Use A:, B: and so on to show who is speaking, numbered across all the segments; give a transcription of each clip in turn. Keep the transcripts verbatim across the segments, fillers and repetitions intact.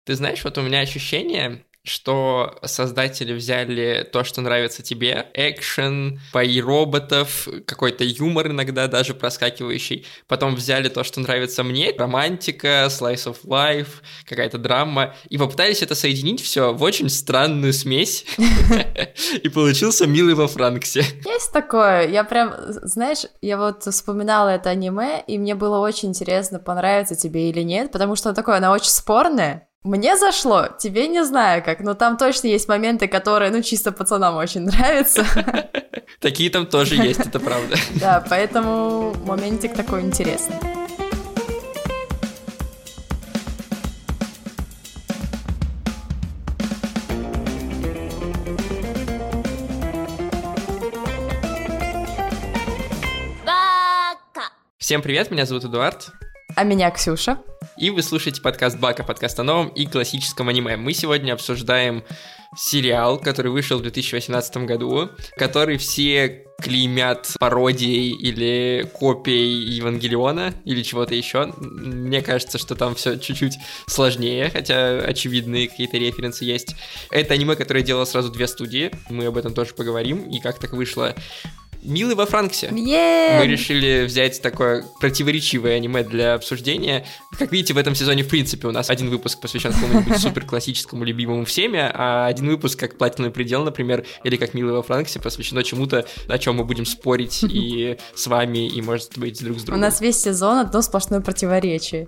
A: Ты знаешь, вот у меня ощущение, что создатели взяли то, что нравится тебе, экшен, бои роботов, какой-то юмор иногда даже проскакивающий, потом взяли то, что нравится мне, романтика, slice of life, какая-то драма, и попытались это соединить все в очень странную смесь, и получился «Милый во Франксе».
B: Есть такое, я прям, знаешь, я вот вспоминала это аниме, и мне было очень интересно, понравится тебе или нет, потому что такое, оно очень спорное. Мне зашло, тебе не знаю как, но там точно есть моменты, которые, ну, чисто пацанам очень нравятся.
A: Такие там тоже есть, это правда.
B: Да, поэтому моментик такой интересный.
A: Всем привет, меня зовут Эдуард.
B: А меня Ксюша.
A: И вы слушаете подкаст Бака, подкаст о новом и классическом аниме. Мы сегодня обсуждаем сериал, который вышел в две тысячи восемнадцатом году, который все клеймят пародией или копией Евангелиона или чего-то еще. Мне кажется, что там все чуть-чуть сложнее, хотя очевидные какие-то референсы есть. Это аниме, которое делало сразу две студии, мы об этом тоже поговорим, и как так вышло. «Милый во Франксе».
B: Yeah.
A: Мы решили взять такое противоречивое аниме для обсуждения. Как видите, в этом сезоне, в принципе, у нас один выпуск посвящен какому-нибудь супер классическому, любимому всеми, а один выпуск, как «Платиновый предел», например, или как «Милый во Франксе», посвящено чему-то, о чем мы будем спорить и с вами, и, может быть, друг с другом.
B: У нас весь сезон одно сплошное противоречие.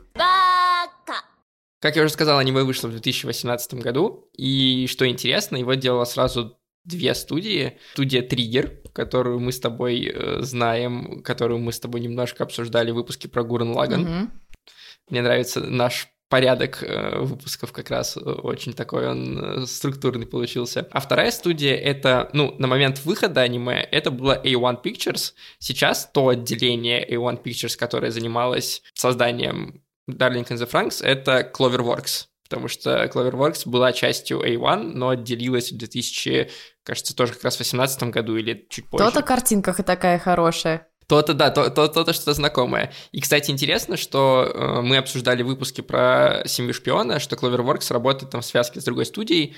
A: Как я уже сказал, аниме вышло в две тысячи восемнадцатом году, и, что интересно, его делала сразу две студии. Студия «Триггер», которую мы с тобой э, знаем, которую мы с тобой немножко обсуждали в выпуске про Гуррен Лаганн. Mm-hmm. Мне нравится наш порядок э, выпусков как раз, очень такой он э, структурный получился. А вторая студия — это, ну, на момент выхода аниме, это было эй один Pictures. Сейчас то отделение эй один Pictures, которое занималось созданием Darling in the Franxx, это Cloverworks. Потому что Cloverworks была частью эй один, но отделилась в две тысячи, кажется, тоже как раз в восемнадцатом году или чуть позже.
B: То-то картинка такая хорошая.
A: То-то, да, то- то- то-то что-то знакомое. И, кстати, интересно, что э, мы обсуждали выпуски про «Семью шпиона», что Cloverworks работает там в связке с другой студией,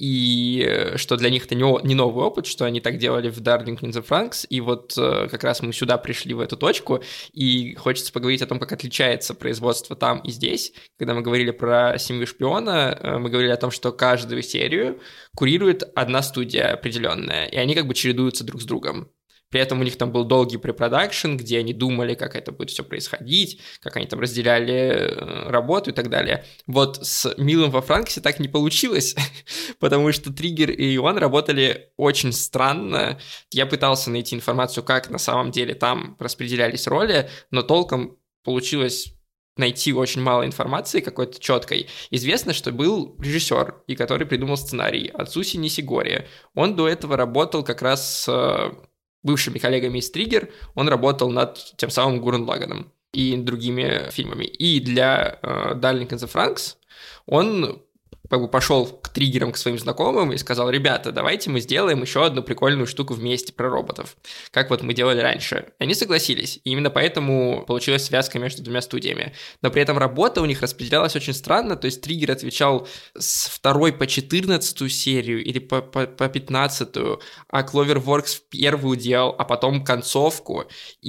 A: и э, что для них это не, о- не новый опыт, что они так делали в Darling in the Franxx, и вот э, как раз мы сюда пришли, в эту точку, и хочется поговорить о том, как отличается производство там и здесь. Когда мы говорили про «Семью шпиона», э, мы говорили о том, что каждую серию курирует одна студия определенная, и они как бы чередуются друг с другом. При этом у них там был долгий препродакшн, где они думали, как это будет все происходить, как они там разделяли работу и так далее. Вот с «Милым во Франксе» так не получилось, потому что Триггер и эй один работали очень странно. Я пытался найти информацию, как на самом деле там распределялись роли, но толком получилось найти очень мало информации какой-то четкой. Известно, что был режиссер, и который придумал сценарий, Ацуси Нисигори. Он до этого работал как раз с бывшими коллегами из Триггер, он работал над тем самым Гуррен Лаганном и другими фильмами. И для э, Darling in the Franxx он как бы пошел к Триггерам, к своим знакомым и сказал: ребята, давайте мы сделаем еще одну прикольную штуку вместе про роботов, как вот мы делали раньше. И они согласились, и именно поэтому получилась связка между двумя студиями. Но при этом работа у них распределялась очень странно, то есть Триггер отвечал с второй по четырнадцатую серию или по, по, по пятнадцатую, а Cloverworks в первую делал, а потом концовку,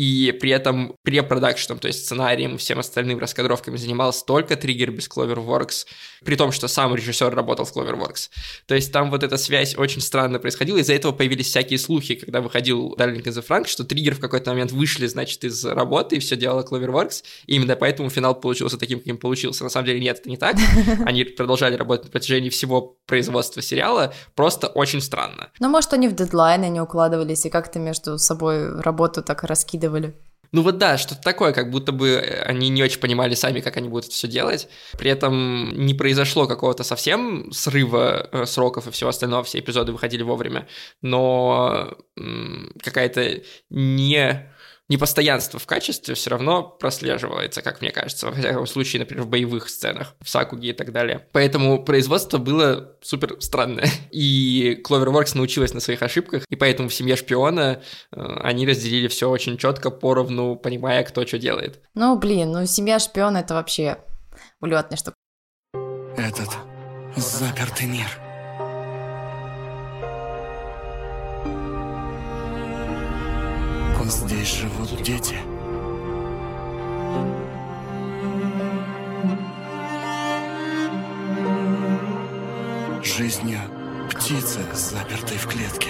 A: и при этом препродакшеном, то есть сценарием и всем остальным раскадровками занимался только Триггер без Cloverworks, при том, что сам режиссер работал в Cloverworks. То есть там вот эта связь очень странно происходила, из-за этого появились всякие слухи, когда выходил Darling in the Franxx, что Триггер в какой-то момент вышли, значит, из работы, и все делала Cloverworks, и именно поэтому финал получился таким, каким получился. На самом деле нет, это не так. Они продолжали работать на протяжении всего производства сериала, просто очень странно.
B: Ну, может, они в дедлайны не укладывались и как-то между собой работу так раскидывали.
A: Ну вот да, что-то такое, как будто бы они не очень понимали сами, как они будут это все делать. При этом не произошло какого-то совсем срыва э, сроков и всего остального, все эпизоды выходили вовремя, но м- какая-то не... непостоянство в качестве все равно прослеживается, как мне кажется, во всяком случае, например, в боевых сценах, в Сакуге и так далее. Поэтому производство было супер странное. И Cloverworks научилась на своих ошибках, и поэтому в «Семье шпиона» э, они разделили все очень четко, поровну, понимая, кто что делает.
B: Ну, блин, ну «Семья шпиона» — это вообще улетная штука.
C: Этот Запертый мир. Здесь живут дети. Жизнью птицы, запертой в клетке.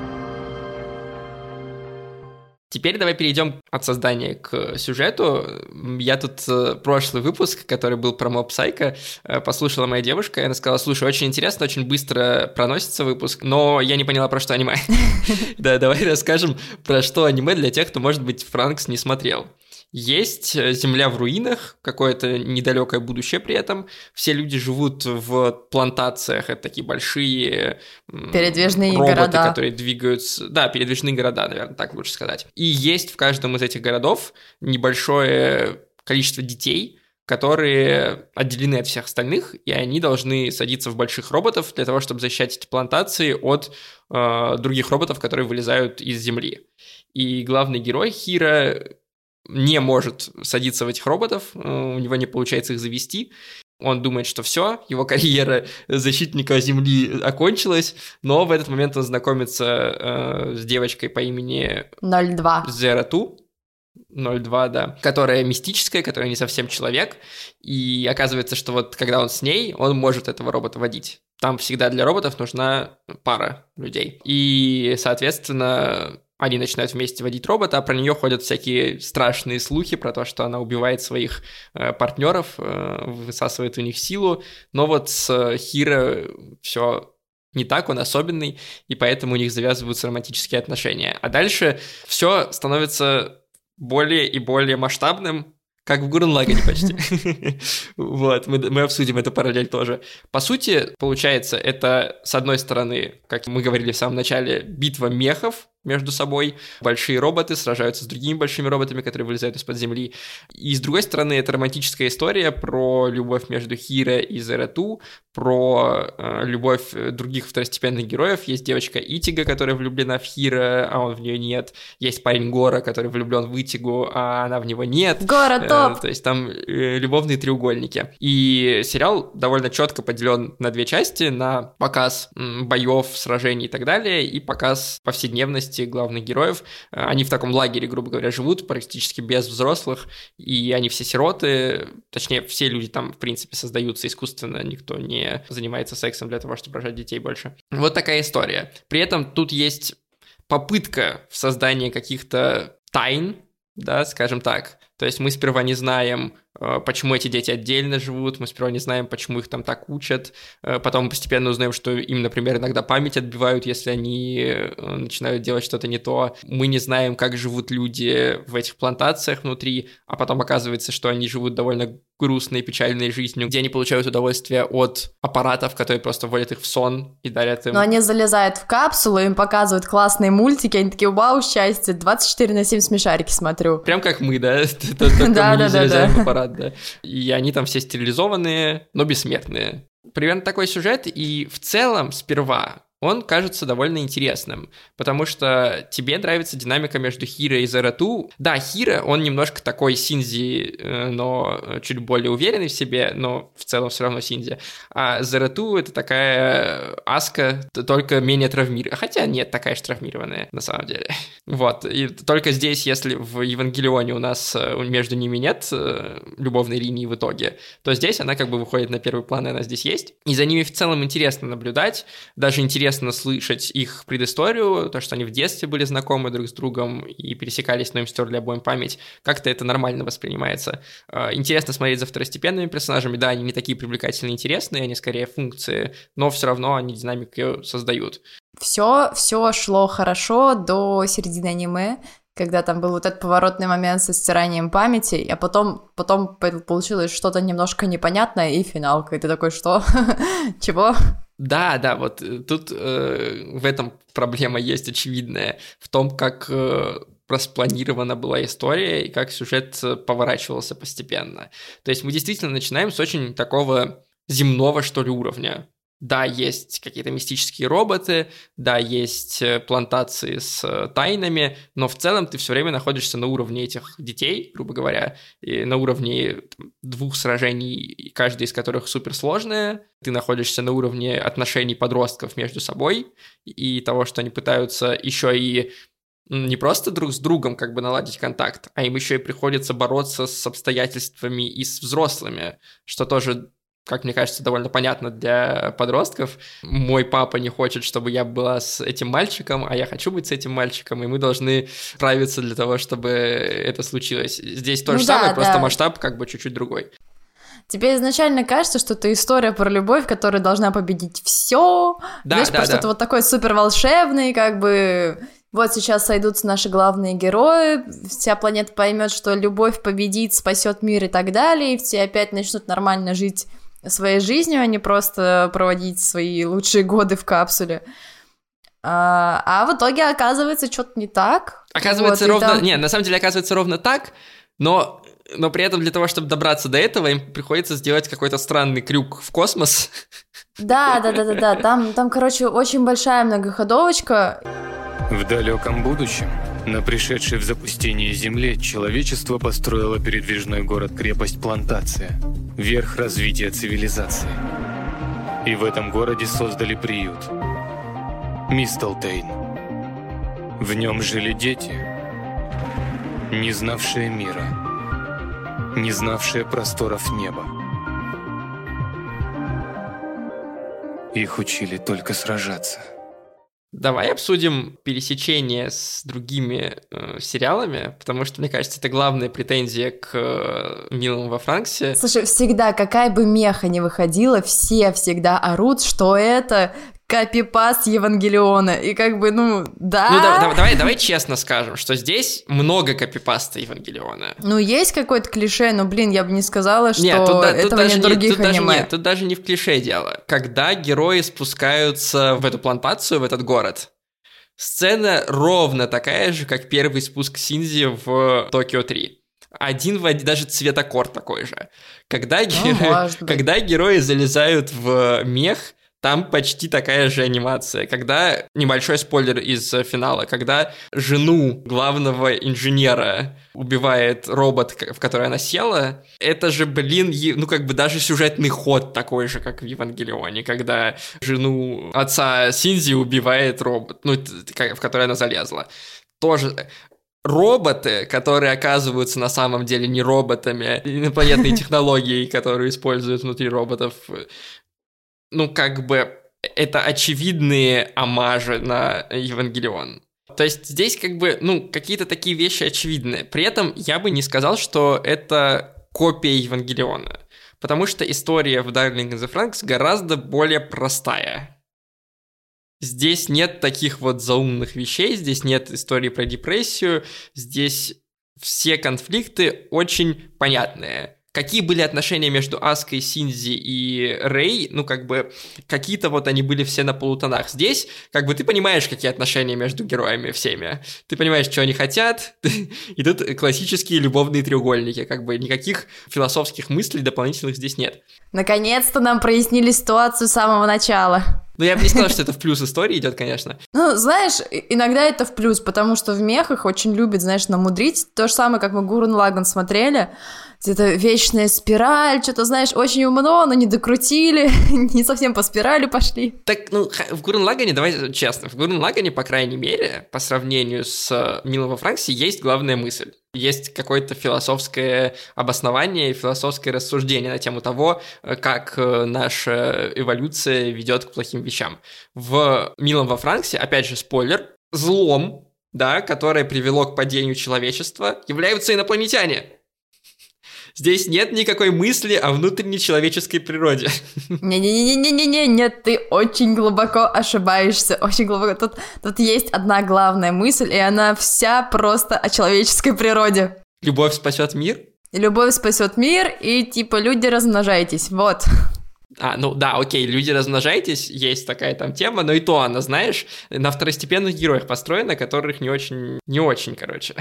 A: Теперь давай перейдем от создания к сюжету. Я тут э, прошлый выпуск, который был про Mob Psycho, э, послушала моя девушка, и она сказала: слушай, очень интересно, очень быстро проносится выпуск, но я не поняла, про что аниме. Да, давай расскажем, про что аниме для тех, кто, может быть, Франкс не смотрел. Есть земля в руинах, какое-то недалекое будущее при этом. Все люди живут в плантациях, это такие большие
B: передвижные
A: роботы,
B: города,
A: которые двигаются... Да, передвижные города, наверное, так лучше сказать. И есть в каждом из этих городов небольшое количество детей, которые отделены от всех остальных, и они должны садиться в больших роботов для того, чтобы защищать эти плантации от э, других роботов, которые вылезают из земли. И главный герой Хиро не может садиться в этих роботов, у него не получается их завести. Он думает, что все, его карьера защитника Земли окончилась, но в этот момент он знакомится э, с девочкой по имени
B: ноль два.
A: Zero Two, ноль два, да, которая мистическая, которая не совсем человек, и оказывается, что вот когда он с ней, он может этого робота водить. Там всегда для роботов нужна пара людей. И, соответственно, они начинают вместе водить робота, а про нее ходят всякие страшные слухи про то, что она убивает своих э, партнеров, э, высасывает у них силу. Но вот с Хиро все не так, он особенный, и поэтому у них завязываются романтические отношения. А дальше все становится более и более масштабным, как в Гуррен Лаганне почти. Вот, мы, мы обсудим эту параллель тоже. По сути, получается, это, с одной стороны, как мы говорили в самом начале, битва мехов между собой. Большие роботы сражаются с другими большими роботами, которые вылезают из-под земли. И, с другой стороны, это романтическая история про любовь между Хиро и Zero Two, про э, любовь других второстепенных героев. Есть девочка Итига, которая влюблена в Хиро, а он в нее нет. Есть парень Гора, который влюблен в Итигу, а она в него нет.
B: Гора топ!
A: Э, то есть там э, любовные треугольники. И сериал довольно четко поделен на две части, на показ м, боев, сражений и так далее, и показ повседневности главных героев. Они в таком лагере, грубо говоря, живут практически без взрослых, и они все сироты, точнее, все люди там, в принципе, создаются искусственно, никто не занимается сексом для того, чтобы рожать детей больше. Вот такая история. При этом тут есть попытка в создании каких-то тайн, да, скажем так. То есть мы сперва не знаем, почему эти дети отдельно живут, мы сперва не знаем, почему их там так учат, потом мы постепенно узнаем, что им, например, иногда память отбивают, если они начинают делать что-то не то. Мы не знаем, как живут люди в этих плантациях внутри, а потом оказывается, что они живут довольно грустной, печальной жизнью, где они получают удовольствие от аппаратов, которые просто вводят их в сон и дарят им...
B: Но они залезают в капсулу, им показывают классные мультики, они такие: вау, счастье, двадцать четыре на семь смешарики смотрю.
A: Прям как мы, да? Только мы не залезаем в аппарат, да. И они там все стерилизованные, но бессмертные. Примерно такой сюжет, и в целом сперва он кажется довольно интересным, потому что тебе нравится динамика между Хиро и Zero Two. Да, Хиро, он немножко такой Синзи, но чуть более уверенный в себе, но в целом все равно Синзи. А Zero Two — это такая Аска, только менее травмированная. Хотя нет, такая же травмированная, на самом деле. Вот, и только здесь, если в Евангелионе у нас между ними нет любовной линии в итоге, то здесь она как бы выходит на первый план, и она здесь есть. И за ними в целом интересно наблюдать, даже интересно слышать их предысторию, то, что они в детстве были знакомы друг с другом и пересекались, но им стерли обоим память. Как-то это нормально воспринимается. Интересно смотреть за второстепенными персонажами. Да, они не такие привлекательные и интересные, они скорее функции, но все равно они динамику создают.
B: Все, все шло хорошо до середины аниме, когда там был вот этот поворотный момент со стиранием памяти, а потом, потом получилось что-то немножко непонятное, и финалка. И ты такой: что? Чего?
A: Да, да, вот тут э, в этом проблема есть очевидная, в том, как э, распланирована была история и как сюжет поворачивался постепенно. То есть мы действительно начинаем с очень такого земного, что ли, уровня. Да, есть какие-то мистические роботы, да, есть плантации с тайнами, но в целом ты все время находишься на уровне этих детей, грубо говоря, и на уровне там, двух сражений, каждая из которых суперсложная. Ты находишься на уровне отношений подростков между собой и того, что они пытаются еще и не просто друг с другом как бы наладить контакт, а им еще и приходится бороться с обстоятельствами и с взрослыми, что тоже, как мне кажется, довольно понятно для подростков. Мой папа не хочет, чтобы я была с этим мальчиком, а я хочу быть с этим мальчиком, и мы должны справиться для того, чтобы это случилось. Здесь то же
B: ну,
A: самое,
B: да,
A: просто
B: да.
A: масштаб как бы чуть-чуть другой.
B: Тебе изначально кажется, что это история про любовь, которая должна победить все.
A: Да,
B: Знаешь,
A: да,
B: про
A: да.
B: что-то вот такое супер волшебное, как бы... Вот сейчас сойдутся наши главные герои, вся планета поймет, что любовь победит, спасет мир и так далее, и все опять начнут нормально жить своей жизнью, а не просто проводить свои лучшие годы в капсуле. А, а в итоге оказывается что-то не так.
A: Оказывается
B: вот,
A: ровно...
B: там...
A: Не, на самом деле оказывается ровно так, но... но при этом для того, чтобы добраться до этого, им приходится сделать какой-то странный крюк в космос.
B: Да, да, да, да, да. Там, там, короче, очень большая многоходовочка.
D: В далеком будущем, на пришедшей в запустение Земле, человечество построило передвижной город-крепость Плантация, верх развития цивилизации. И в этом городе создали приют Мистлтейн. В нем жили дети, не знавшие мира, не знавшие просторов неба. Их учили только сражаться.
A: Давай обсудим пересечение с другими э, сериалами, потому что, мне кажется, это главная претензия к э, «Милому во Франксе».
B: Слушай, всегда, какая бы меха ни выходила, все всегда орут, что это копипаст Евангелиона. И как бы, ну, да...
A: Ну, да, да, давай, давай честно скажем, что здесь много копипаста Евангелиона.
B: Ну, есть какое-то клише, но, блин, я бы не сказала, что
A: нет, тут,
B: этого
A: тут даже
B: нет других
A: тут
B: аниме.
A: Даже, нет, тут даже не в клише дело. Когда герои спускаются в эту плантацию, в этот город, сцена ровно такая же, как первый спуск Синзи в Токио три. Один в один, даже цветокор такой же. Когда, геро...
B: ну,
A: Когда герои залезают в мех, там почти такая же анимация. Когда, небольшой спойлер из финала, когда жену главного инженера убивает робот, в который она села, это же, блин, ну как бы даже сюжетный ход такой же, как в Евангелионе, когда жену отца Синзи убивает робот, ну, в который она залезла. Тоже... Роботы, которые оказываются на самом деле не роботами, инопланетные технологии, которые используют внутри роботов, ну, как бы, это очевидные омажи на Евангелион. То есть здесь, как бы, ну, какие-то такие вещи очевидные. При этом я бы не сказал, что это копия Евангелиона, потому что история в Darling in the Franxx гораздо более простая. Здесь нет таких вот заумных вещей, здесь нет истории про депрессию, здесь все конфликты очень понятные. Какие были отношения между Аской, Синзи и Рэй, ну, как бы, какие-то вот они были все на полутонах. Здесь, как бы, ты понимаешь, какие отношения между героями всеми. Ты понимаешь, что они хотят, и тут классические любовные треугольники, как бы, никаких философских мыслей дополнительных здесь нет.
B: Наконец-то нам прояснили ситуацию с самого начала.
A: Ну, я бы не сказал, что это в плюс истории идет, конечно.
B: Ну, знаешь, иногда это в плюс, потому что в мехах очень любят, знаешь, намудрить. То же самое, как мы Гуррен Лаганн смотрели. Это вечная спираль, что-то, знаешь, очень умно, но не докрутили, не совсем по спирали пошли.
A: Так, ну, в Гуррен Лаганне, давай честно, в Гуррен Лаганне, по крайней мере, по сравнению с «Милым во Франксе», есть главная мысль. Есть какое-то философское обоснование, философское рассуждение на тему того, как наша эволюция ведет к плохим вещам. В «Милом во Франксе», опять же, спойлер, злом, да, которое привело к падению человечества, являются инопланетяне. Здесь нет никакой мысли о внутренней человеческой природе.
B: Не-не-не-не-не-не, нет, ты очень глубоко ошибаешься, очень глубоко. Тут, тут есть одна главная мысль, и она вся просто о человеческой природе.
A: Любовь спасет мир?
B: Любовь спасет мир, и типа люди размножайтесь, вот.
A: А, ну да, окей, люди размножайтесь, есть такая там тема, но и то она, знаешь, на второстепенных героях построена, которых не очень, не очень, короче.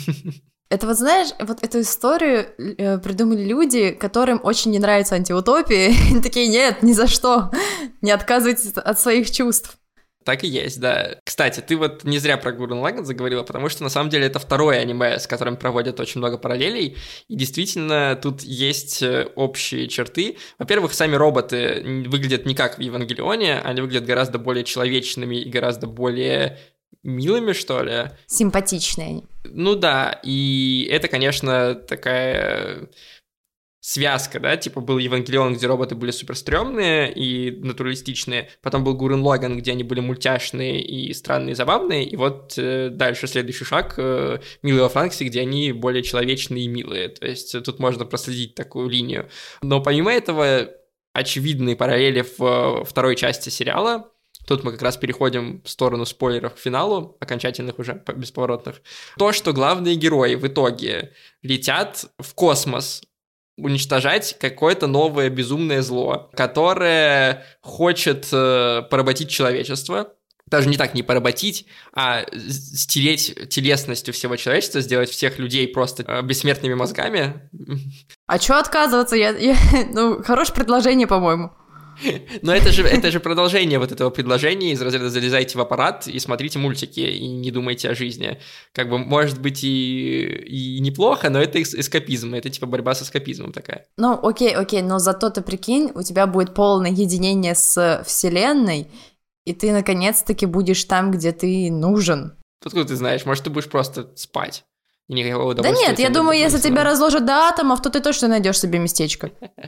B: Это вот, знаешь, вот эту историю э, придумали люди, которым очень не нравятся антиутопии. Они такие, нет, ни за что. Не отказывайтесь от своих чувств.
A: Так и есть, да. Кстати, ты вот не зря про Гуррен Лаганн заговорила, потому что на самом деле это второе аниме, с которым проводят очень много параллелей, и действительно тут есть общие черты. Во-первых, сами роботы выглядят не как в Евангелионе, они выглядят гораздо более человечными и гораздо более милыми, что ли.
B: Симпатичные они.
A: Ну да, и это, конечно, такая... связка, да, типа был Евангелион, где роботы были супер стрёмные и натуралистичные, потом был Гуррен Лаганн, где они были мультяшные и странные, и забавные, и вот э, дальше следующий шаг э, Милые во Франксе, где они более человечные и милые, то есть тут можно проследить такую линию. Но помимо этого, очевидные параллели в второй части сериала. Тут мы как раз переходим в сторону спойлеров к финалу, окончательных уже, бесповоротных. То, что главные герои в итоге летят в космос, уничтожать какое-то новое безумное зло, которое хочет э, поработить человечество. Даже не так, не поработить, а стереть телесностью всего человечества, сделать всех людей просто э, бессмертными мозгами.
B: А чё отказываться? Я, я... Ну, хорошее предложение, по-моему.
A: Но это же, это же продолжение вот этого предложения из разряда «залезайте в аппарат и смотрите мультики, и не думайте о жизни». Как бы, может быть, и, и неплохо, но это эскапизм, это типа борьба с эскапизмом такая.
B: Ну, окей, окей, но зато ты прикинь, у тебя будет полное единение с вселенной, и ты наконец-таки будешь там, где ты нужен.
A: Откуда ты знаешь? Может, ты будешь просто спать? И никакого
B: да нет, я думаю, если тебя разложат до атомов, то ты точно найдешь себе местечко.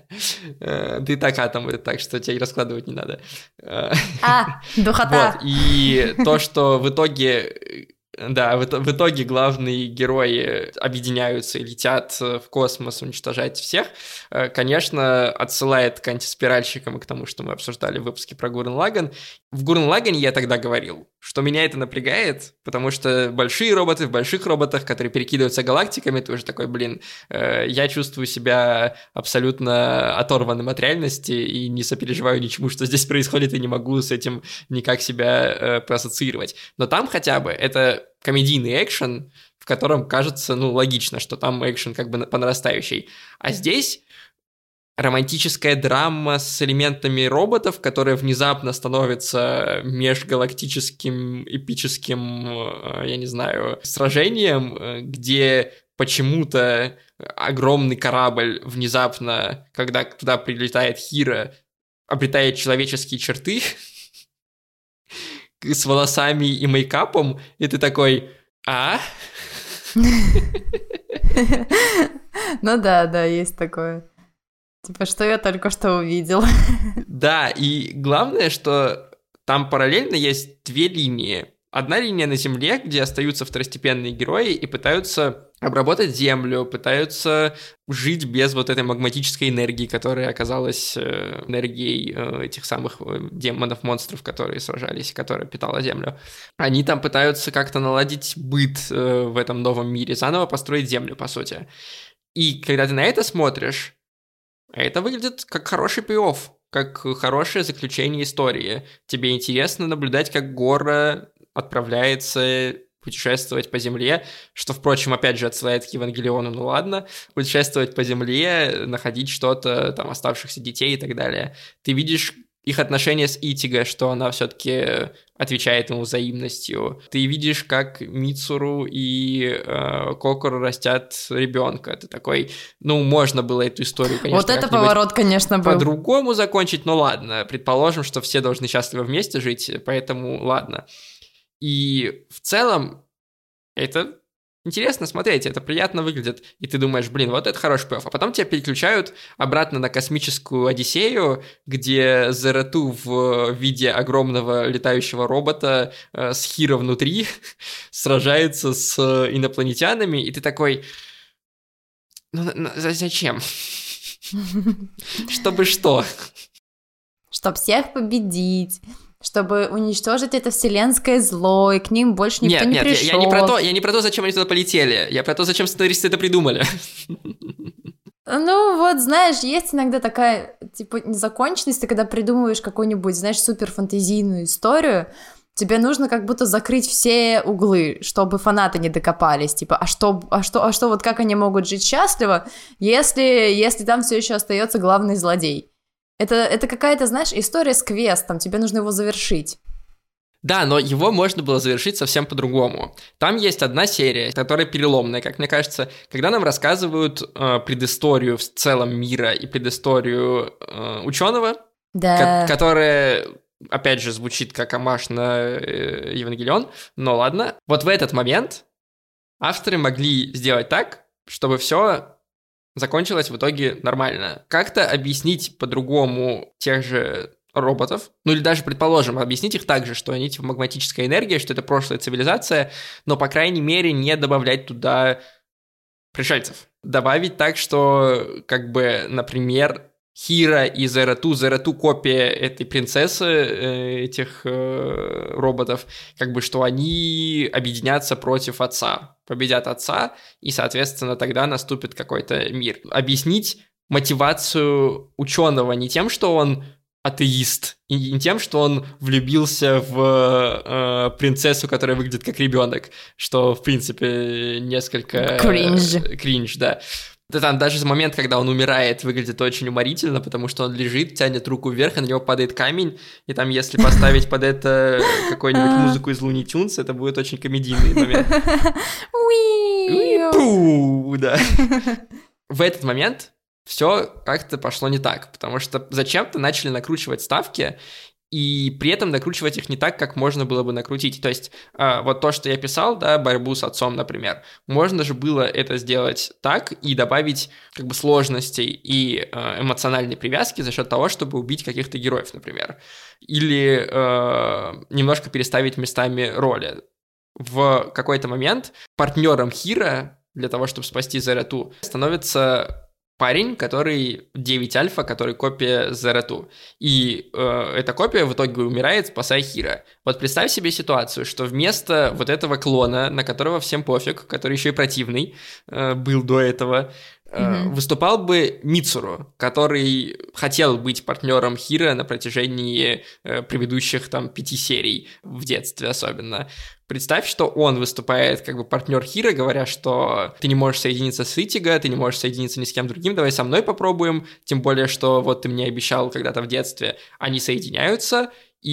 A: Да и так атомы, так что тебя и раскладывать не надо.
B: А, духота.
A: Вот, и то, что в итоге... Да, в, в итоге главные герои объединяются и летят в космос уничтожать всех, конечно, отсылает к антиспиральщикам и к тому, что мы обсуждали в выпуске про Гуррен Лаганн. В Гуррен Лаганне я тогда говорил, что меня это напрягает, потому что большие роботы в больших роботах, которые перекидываются галактиками, ты уже такой, блин, я чувствую себя абсолютно оторванным от реальности и не сопереживаю ничему, что здесь происходит, и не могу с этим никак себя проассоциировать. Но там хотя бы это комедийный экшен, в котором кажется, ну, логично, что там экшен как бы по нарастающей. А здесь романтическая драма с элементами роботов, которая внезапно становится межгалактическим эпическим, я не знаю, сражением, где почему-то огромный корабль внезапно, когда туда прилетает Хиро, обретает человеческие черты с волосами и мейкапом, и ты такой, а?
B: Ну да, да, есть такое. Типа, что я только что увидел.
A: Да, и главное, что там параллельно есть две линии. Одна линия на Земле, где остаются второстепенные герои и пытаются обработать Землю, пытаются жить без вот этой магматической энергии, которая оказалась энергией этих самых демонов-монстров, которые сражались, которая питала Землю. Они там пытаются как-то наладить быт в этом новом мире, заново построить Землю, по сути. И когда ты на это смотришь, это выглядит как хороший пей-офф, как хорошее заключение истории. Тебе интересно наблюдать, как Гора отправляется путешествовать по земле, что, впрочем, опять же отсылает к Евангелиону, ну ладно, путешествовать по земле, находить что-то, там, оставшихся детей и так далее. Ты видишь их отношения с Итиго, что она все-таки отвечает ему взаимностью. Ты видишь, как Мицуру и э, Кокору растят ребенка. Ты такой, ну, можно было эту историю, конечно,
B: вот это поворот, конечно, был.
A: По-другому закончить, но ладно. Предположим, что все должны счастливо вместе жить, поэтому ладно. И в целом это интересно смотреть, это приятно выглядит, и ты думаешь, блин, вот это хороший пей-офф. А потом тебя переключают обратно на космическую Одиссею, где Зерату в виде огромного летающего робота э, с Хиро внутри сражается с инопланетянами, и ты такой, ну, ну зачем? Чтобы что?
B: Чтоб всех победить. Чтобы уничтожить это вселенское зло, и к ним больше никто
A: нет,
B: не
A: нет,
B: пришел.
A: Нет, я, я не про то, я не про то, зачем они туда полетели. Я про то, зачем сценаристы это придумали.
B: Ну, вот, знаешь, есть иногда такая, типа, незаконченность, ты когда придумываешь какую-нибудь, знаешь, суперфантазийную историю, тебе нужно как будто закрыть все углы, чтобы фанаты не докопались, типа, а что, а что, а что, вот как они могут жить счастливо, если, если там все еще остается главный злодей? Это, это какая-то, знаешь, история с квестом, тебе нужно его завершить.
A: Да, но его можно было завершить совсем по-другому. Там есть одна серия, которая переломная, как мне кажется, когда нам рассказывают э, предысторию в целом мира и предысторию э, ученого,
B: да.
A: ко- которая, опять же, звучит как омаж на э, Евангелион, но ладно. Вот в этот момент авторы могли сделать так, чтобы все закончилось в итоге нормально. Как-то объяснить по-другому тех же роботов, ну или даже, предположим, объяснить их так же, что они типа магматическая энергия, что это прошлая цивилизация, но, по крайней мере, не добавлять туда пришельцев. Добавить так, что, как бы, например, Хира и Зерату, Зерату копия этой принцессы, этих э, роботов, как бы, что они объединятся против отца, победят отца, и, соответственно, тогда наступит какой-то мир. Объяснить мотивацию ученого не тем, что он атеист, и не тем, что он влюбился в э, принцессу, которая выглядит как ребенок, что, в принципе, несколько...
B: Кринж.
A: Э, кринж, да. Да там даже момент, когда он умирает, выглядит очень уморительно, потому что он лежит, тянет руку вверх, и на него падает камень, и там, если поставить под это какую-нибудь музыку из Looney Tunes, это будет очень комедийный момент. Да. В этот момент все как-то пошло не так, потому что зачем-то начали накручивать ставки, и при этом накручивать их не так, как можно было бы накрутить. То есть э, вот то, что я писал, да, борьбу с отцом, например, можно же было это сделать так и добавить как бы сложностей и э, эмоциональной привязки за счет того, чтобы убить каких-то героев, например. Или э, немножко переставить местами роли. В какой-то момент партнером Хира для того, чтобы спасти Зерату, становится парень, который девять альфа, который копия Зерату. И э, эта копия в итоге умирает, спасая Хира. Вот представь себе ситуацию, что вместо вот этого клона, на которого всем пофиг, который еще и противный э, был до этого, э, mm-hmm. выступал бы Мицуру, который хотел быть партнером Хира на протяжении э, предыдущих там пяти серий, в детстве особенно. Представь, что он выступает как бы партнер Хира, говоря, что ты не можешь соединиться с Итиго, ты не можешь соединиться ни с кем другим, давай со мной попробуем, тем более, что вот ты мне обещал когда-то в детстве. Они соединяются,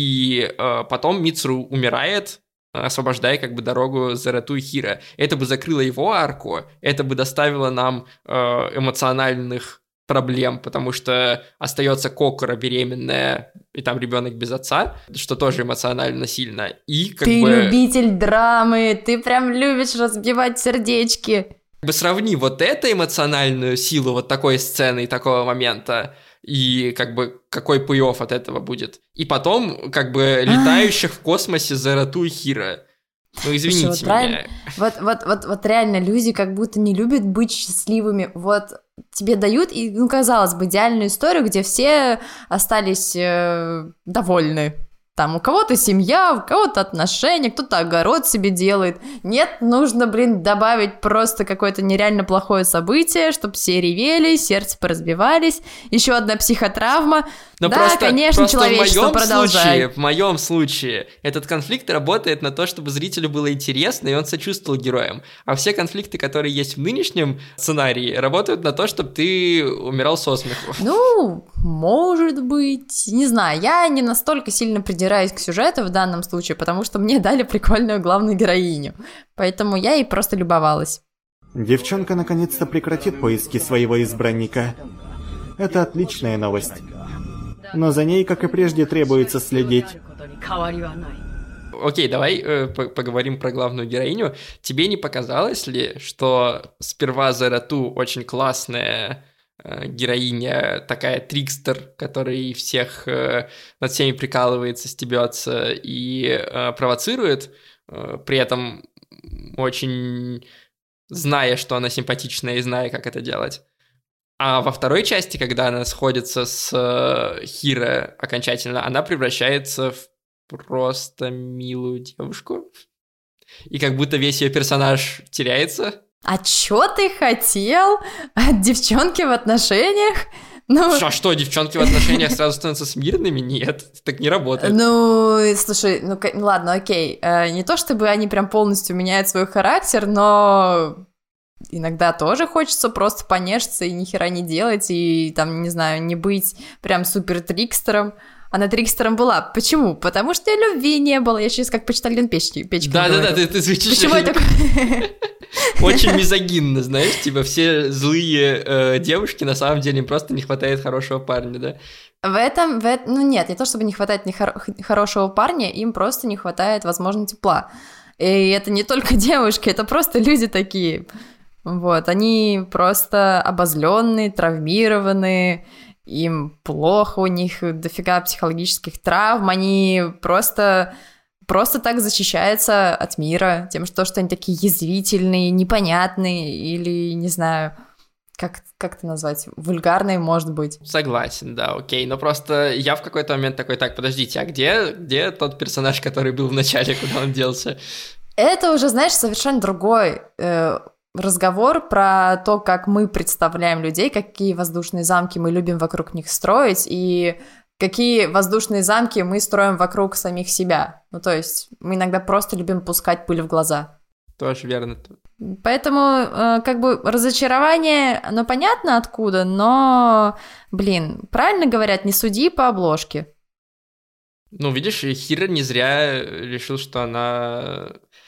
A: и э, потом Мицуру умирает, освобождая как бы дорогу Зерату и Хира. Это бы закрыло его арку, это бы доставило нам э, эмоциональных проблем, потому что остается Кокора беременная, и там ребенок без отца, что тоже эмоционально сильно. И как
B: ты
A: бы...
B: любитель драмы, ты прям любишь разбивать сердечки.
A: Как бы сравни вот эту эмоциональную силу вот такой сцены и такого момента, и как бы какой пей-офф от этого будет. И потом как бы летающих в космосе Зерату и Хира. Ну, извините
B: Слушай, вот
A: меня.
B: Вот, вот, вот, вот реально люди как будто не любят быть счастливыми. Вот тебе дают, и, ну, казалось бы, идеальную историю, где все остались э, довольны. Там у кого-то семья, у кого-то отношения, кто-то огород себе делает. Нет, нужно, блин, добавить просто какое-то нереально плохое событие, чтобы все ревели, сердце поразбивались, еще одна психотравма.
A: Но
B: да,
A: просто,
B: конечно,
A: просто
B: человечество
A: в моем
B: продолжает.
A: случае, в моем случае этот конфликт работает на то, чтобы зрителю было интересно, и он сочувствовал героям. А все конфликты, которые есть в нынешнем сценарии, работают на то, чтобы ты умирал со смеху.
B: Ну, может быть, не знаю, я не настолько сильно придираюсь к сюжету в данном случае, потому что мне дали прикольную главную героиню, поэтому я ей просто любовалась.
E: Девчонка наконец-то прекратит поиски своего избранника. Это отличная новость. Но за ней, как и прежде, требуется следить.
A: Окей, давай э, поговорим про главную героиню. Тебе не показалось ли, что сперва Зерату очень классная э, героиня, такая трикстер, который всех э, над всеми прикалывается, стебется и э, провоцирует, э, при этом очень зная, что она симпатичная и зная, как это делать. А во второй части, когда она сходится с э, Хиро окончательно, она превращается в просто милую девушку. И как будто весь ее персонаж теряется.
B: А чё ты хотел от девчонки в отношениях? Ну...
A: А что, девчонки в отношениях сразу становятся смирными? Нет, так не работает.
B: Ну, слушай, ну ладно, окей. Не то чтобы они прям полностью меняют свой характер, но... иногда тоже хочется просто понежиться и ни хера не делать, и там, не знаю, не быть прям супер трикстером. Она трикстером была. Почему? Потому что и любви не было. Я сейчас как почтальон печки.
A: Да-да-да, ты, ты звучишь...
B: Почему я такой...
A: Очень мизогинно, знаешь, типа все злые э, девушки, на самом деле им просто не хватает хорошего парня, да?
B: В этом, в этом, ну нет, не то чтобы не хватает не хор- хорошего парня, им просто не хватает, возможно, тепла. И это не только девушки, это просто люди такие. Вот, они просто обозленные, травмированные, им плохо, у них дофига психологических травм, они просто, просто так защищаются от мира, тем, что, что они такие язвительные, непонятные или, не знаю, как, как это назвать, вульгарные, может быть.
A: Согласен, да, окей, но просто я в какой-то момент такой, так, подождите, а где, где тот персонаж, который был в начале, куда он делся?
B: Это уже, знаешь, совершенно другой э, разговор про то, как мы представляем людей, какие воздушные замки мы любим вокруг них строить, и какие воздушные замки мы строим вокруг самих себя. Ну, то есть мы иногда просто любим пускать пыль в глаза.
A: Тоже верно.
B: Поэтому, э, как бы, разочарование, оно понятно откуда, но, блин, правильно говорят, не суди по обложке.
A: Ну, видишь, Хиро не зря решил, что она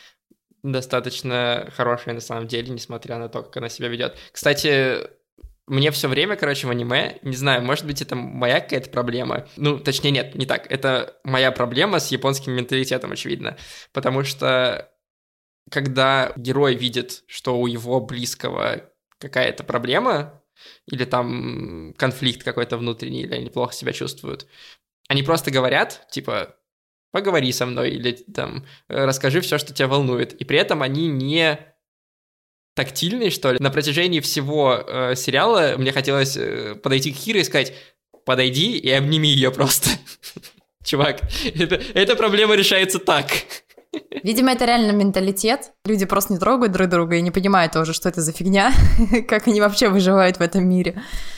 A: достаточно хорошая на самом деле, несмотря на то, как она себя ведет. Кстати, мне все время, короче, в аниме, не знаю, может быть, это моя какая-то проблема. Ну, точнее, нет, не так. Это моя проблема с японским менталитетом, очевидно. Потому что когда герой видит, что у его близкого какая-то проблема, или там конфликт какой-то внутренний, или они плохо себя чувствуют, они просто говорят, типа, поговори со мной, или там, расскажи все, что тебя волнует. И при этом они не тактильные, что ли. На протяжении всего э, сериала мне хотелось э, подойти к Хиро и сказать, подойди и обними ее просто. Чувак, это, эта проблема решается так.
B: Видимо, это реально менталитет. Люди просто не трогают друг друга и не понимают тоже, что это за фигня, как они вообще выживают в этом мире.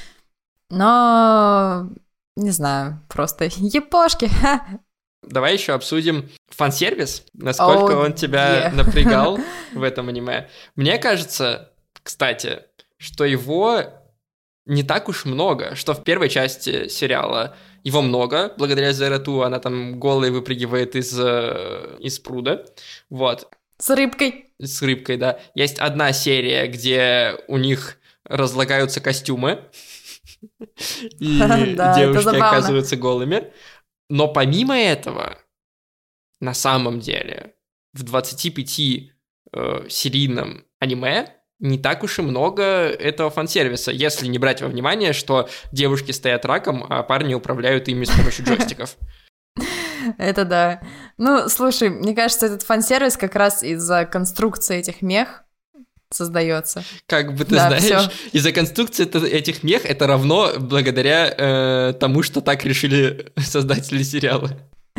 B: Но, не знаю, просто япошки.
A: Давай еще обсудим фан-сервис, насколько oh, он тебя yeah. напрягал в этом аниме. Мне кажется, кстати, что его не так уж много, что в первой части сериала его много, благодаря Зерату, она там голой выпрыгивает из, из пруда, вот.
B: С рыбкой.
A: С рыбкой, да. Есть одна серия, где у них разлагаются костюмы, и девушки оказываются голыми. Но помимо этого, на самом деле, в двадцатипятисерийном аниме не так уж и много этого фан-сервиса, если не брать во внимание, что девушки стоят раком, а парни управляют ими с помощью джойстиков.
B: Это да. Ну, слушай, мне кажется, этот фан-сервис как раз из-за конструкции этих мех создается.
A: Как бы ты да, знаешь, из-за конструкции этих мех это равно благодаря э, тому, что так решили создатели сериала.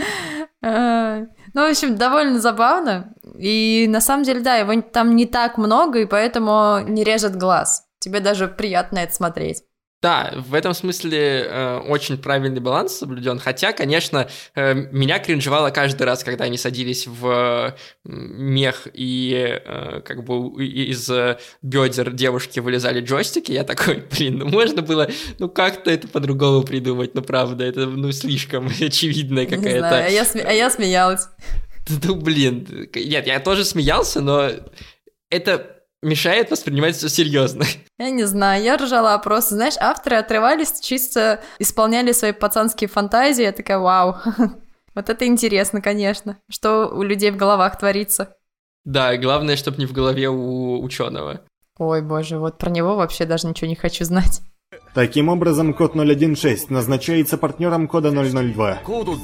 B: Ну, в общем, довольно забавно. И на самом деле, да, его там не так много, и поэтому не режет глаз. Тебе даже приятно это смотреть.
A: Да, в этом смысле э, очень правильный баланс соблюден. Хотя, конечно, э, меня кринжевало каждый раз, когда они садились в э, мех и э, как бы из э, бедер девушки вылезали джойстики. Я такой, блин, ну можно было, ну как-то это по-другому придумать, ну правда, это ну слишком очевидная какая-то. Не
B: знаю, а я, сме- а я смеялась.
A: Ну блин, нет, я тоже смеялся, но это мешает воспринимать все серьезно.
B: Я не знаю, я ржала просто. Знаешь, авторы отрывались, чисто исполняли свои пацанские фантазии. Я такая, вау, вот это интересно, конечно, что у людей в головах творится.
A: Да, главное, чтобы не в голове у ученого.
B: Ой, боже, вот про него вообще даже ничего не хочу знать.
E: Таким образом, код ноль один шесть назначается партнером кода ноль ноль два.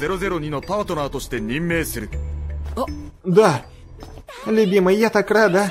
E: Да, любимый, я так рада.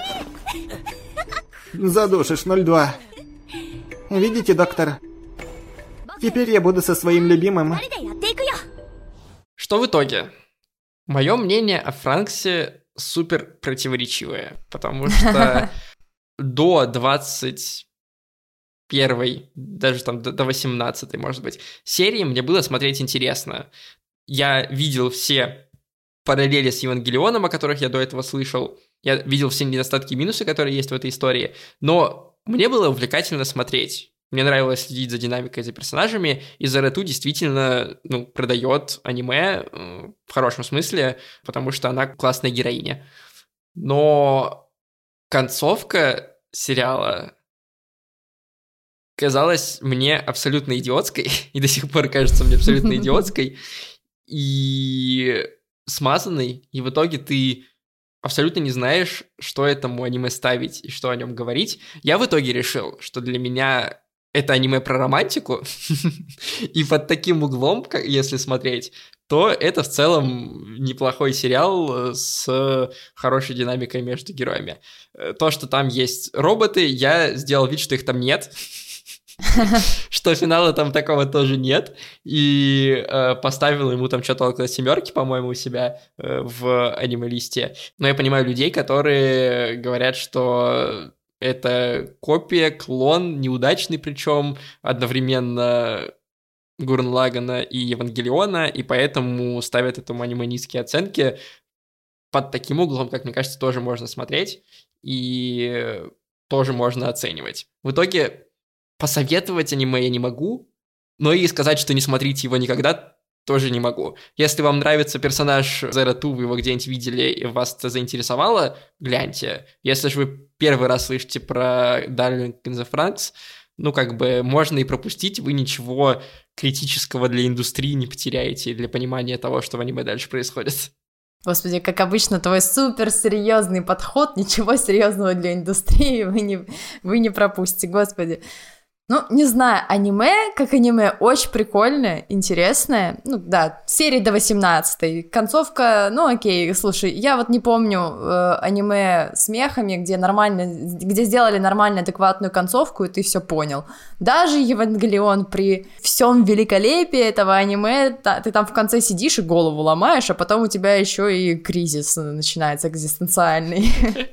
E: Задушишь ноль два. Видите, доктор? Теперь я буду со своим любимым.
A: Что в итоге? Мое мнение о Франксе супер противоречивое, потому что до двадцать первой, даже там до восемнадцатой, может быть, серии мне было смотреть интересно. Я видел все параллели с Евангелионом, о которых я до этого слышал, я видел все недостатки и минусы, которые есть в этой истории, но мне было увлекательно смотреть. Мне нравилось следить за динамикой, за персонажами, и Зерату действительно ну, продает аниме э, в хорошем смысле, потому что она классная героиня. Но концовка сериала казалась мне абсолютно идиотской, и до сих пор кажется мне абсолютно идиотской, и смазанной, и в итоге ты абсолютно не знаешь, что этому аниме ставить и что о нем говорить. Я в итоге решил, что для меня это аниме про романтику, и под таким углом, если смотреть, то это в целом неплохой сериал с хорошей динамикой между героями. То, что там есть роботы, я сделал вид, что их там нет, что финала там такого тоже нет, и э, поставил ему там что-то около семерки, по-моему, у себя э, в аниме-листе. Но я понимаю людей, которые говорят, что это копия, клон, неудачный причем, одновременно Гуррен Лагана и Евангелиона, и поэтому ставят этому аниме низкие оценки. Под таким углом, как мне кажется, тоже можно смотреть, и тоже можно оценивать. В итоге посоветовать аниме я не могу, но и сказать, что не смотрите его никогда, тоже не могу. Если вам нравится персонаж Зерату, вы его где-нибудь видели и вас это заинтересовало, гляньте. Если же вы первый раз слышите про Darling in the Franxx, ну, как бы, можно и пропустить, вы ничего критического для индустрии не потеряете, для понимания того, что в аниме дальше происходит.
B: Господи, как обычно, твой суперсерьезный подход, ничего серьезного для индустрии вы не, вы не пропустите, господи. Ну, не знаю, аниме, как аниме, очень прикольное, интересное. Ну, да, серии до восемнадцатой. Концовка, ну, окей, слушай, я вот не помню э, аниме с мехами, где нормально, где сделали нормально адекватную концовку, и ты все понял. Даже Евангелион при всем великолепии этого аниме, та, ты там в конце сидишь и голову ломаешь, а потом у тебя еще и кризис начинается экзистенциальный.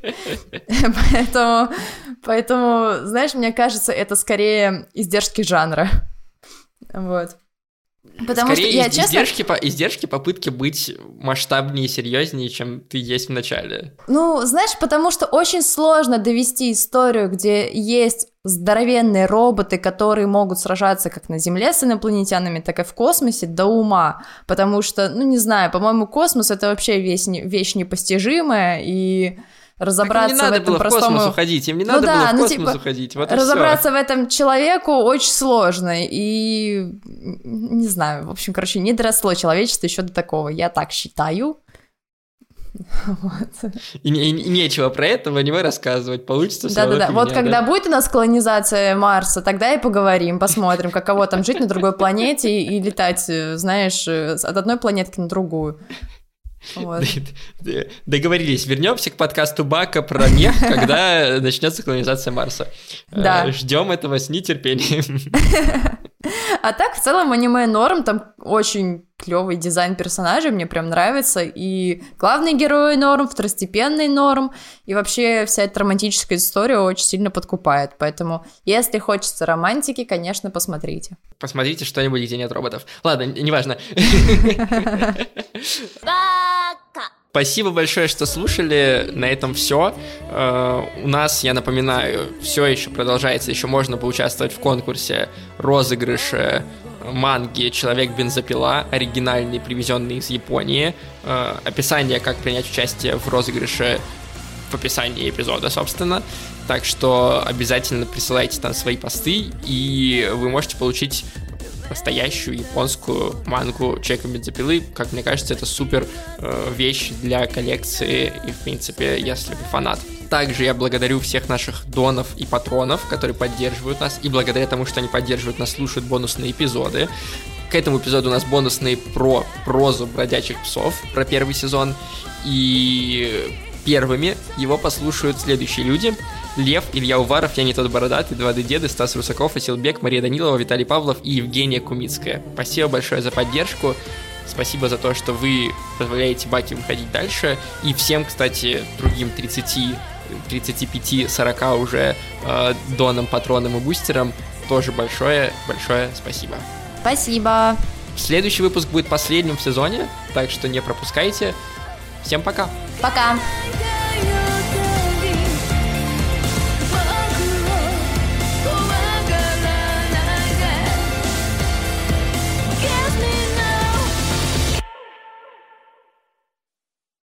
B: Поэтому, поэтому, знаешь, мне кажется, это скорее издержки жанра. Вот. Потому
A: Скорее,
B: что я,
A: издержки,
B: честно...
A: по, издержки попытки быть масштабнее и серьезнее, чем ты есть в начале.
B: Ну, знаешь, потому что очень сложно довести историю, где есть здоровенные роботы, которые могут сражаться как на Земле с инопланетянами, так и в космосе, до ума. Потому что, ну, не знаю, по-моему, космос — это вообще вещь, вещь непостижимая, и... разобраться
A: так им не надо
B: в этом
A: было
B: простому...
A: в космос уходить, им не
B: ну
A: надо
B: да,
A: было в
B: ну,
A: космос
B: типа,
A: уходить, вот
B: разобраться
A: и
B: в этом человеку очень сложно, и не знаю, в общем, короче, не доросло человечество еще до такого, я так считаю. Вот.
A: И, и, и нечего про это в аниме рассказывать, получится все равно.
B: Да-да-да, вот когда да? будет у нас колонизация Марса, тогда и поговорим, посмотрим, каково там жить на другой планете и, и летать, знаешь, от одной планетки на другую. Вот.
A: Договорились, вернемся к подкасту Бака про мех, когда начнется колонизация Марса.
B: Да.
A: Ждем этого с нетерпением.
B: А так, в целом, аниме норм, там очень клевый дизайн персонажей, мне прям нравится, и главный герой норм, второстепенный норм, и вообще вся эта романтическая история очень сильно подкупает, поэтому, если хочется романтики, конечно, посмотрите.
A: Посмотрите что-нибудь, где нет роботов. Ладно, неважно. Спасибо большое, что слушали. На этом все. У нас, я напоминаю, все еще продолжается. Еще можно поучаствовать в конкурсе розыгрыша манги «Человек-бензопила», оригинальный, привезенный из Японии. Описание, как принять участие в розыгрыше, в описании эпизода, собственно. Так что обязательно присылайте там свои посты, и вы можете получить настоящую японскую мангу «Человека-бензопилы». Как мне кажется, это супер э, вещь для коллекции и, в принципе, если вы фанат. Также я благодарю всех наших донов и патронов, которые поддерживают нас, и благодаря тому, что они поддерживают нас, слушают бонусные эпизоды. К этому эпизоду у нас бонусные про прозу бродячих псов, про первый сезон, и первыми его послушают следующие люди: Лев, Илья Уваров, Я не тот бородатый, два дэ Деды, Стас Русаков, Асилбек, Мария Данилова, Виталий Павлов и Евгения Кумицкая. Спасибо большое за поддержку, спасибо за то, что вы позволяете Баке выходить дальше, и всем, кстати, другим тридцати, тридцати пяти, сорока уже э, донам, патронам и бустерам тоже большое-большое спасибо.
B: Спасибо.
A: Следующий выпуск будет последним в сезоне, так что не пропускайте. Всем пока.
B: Пока.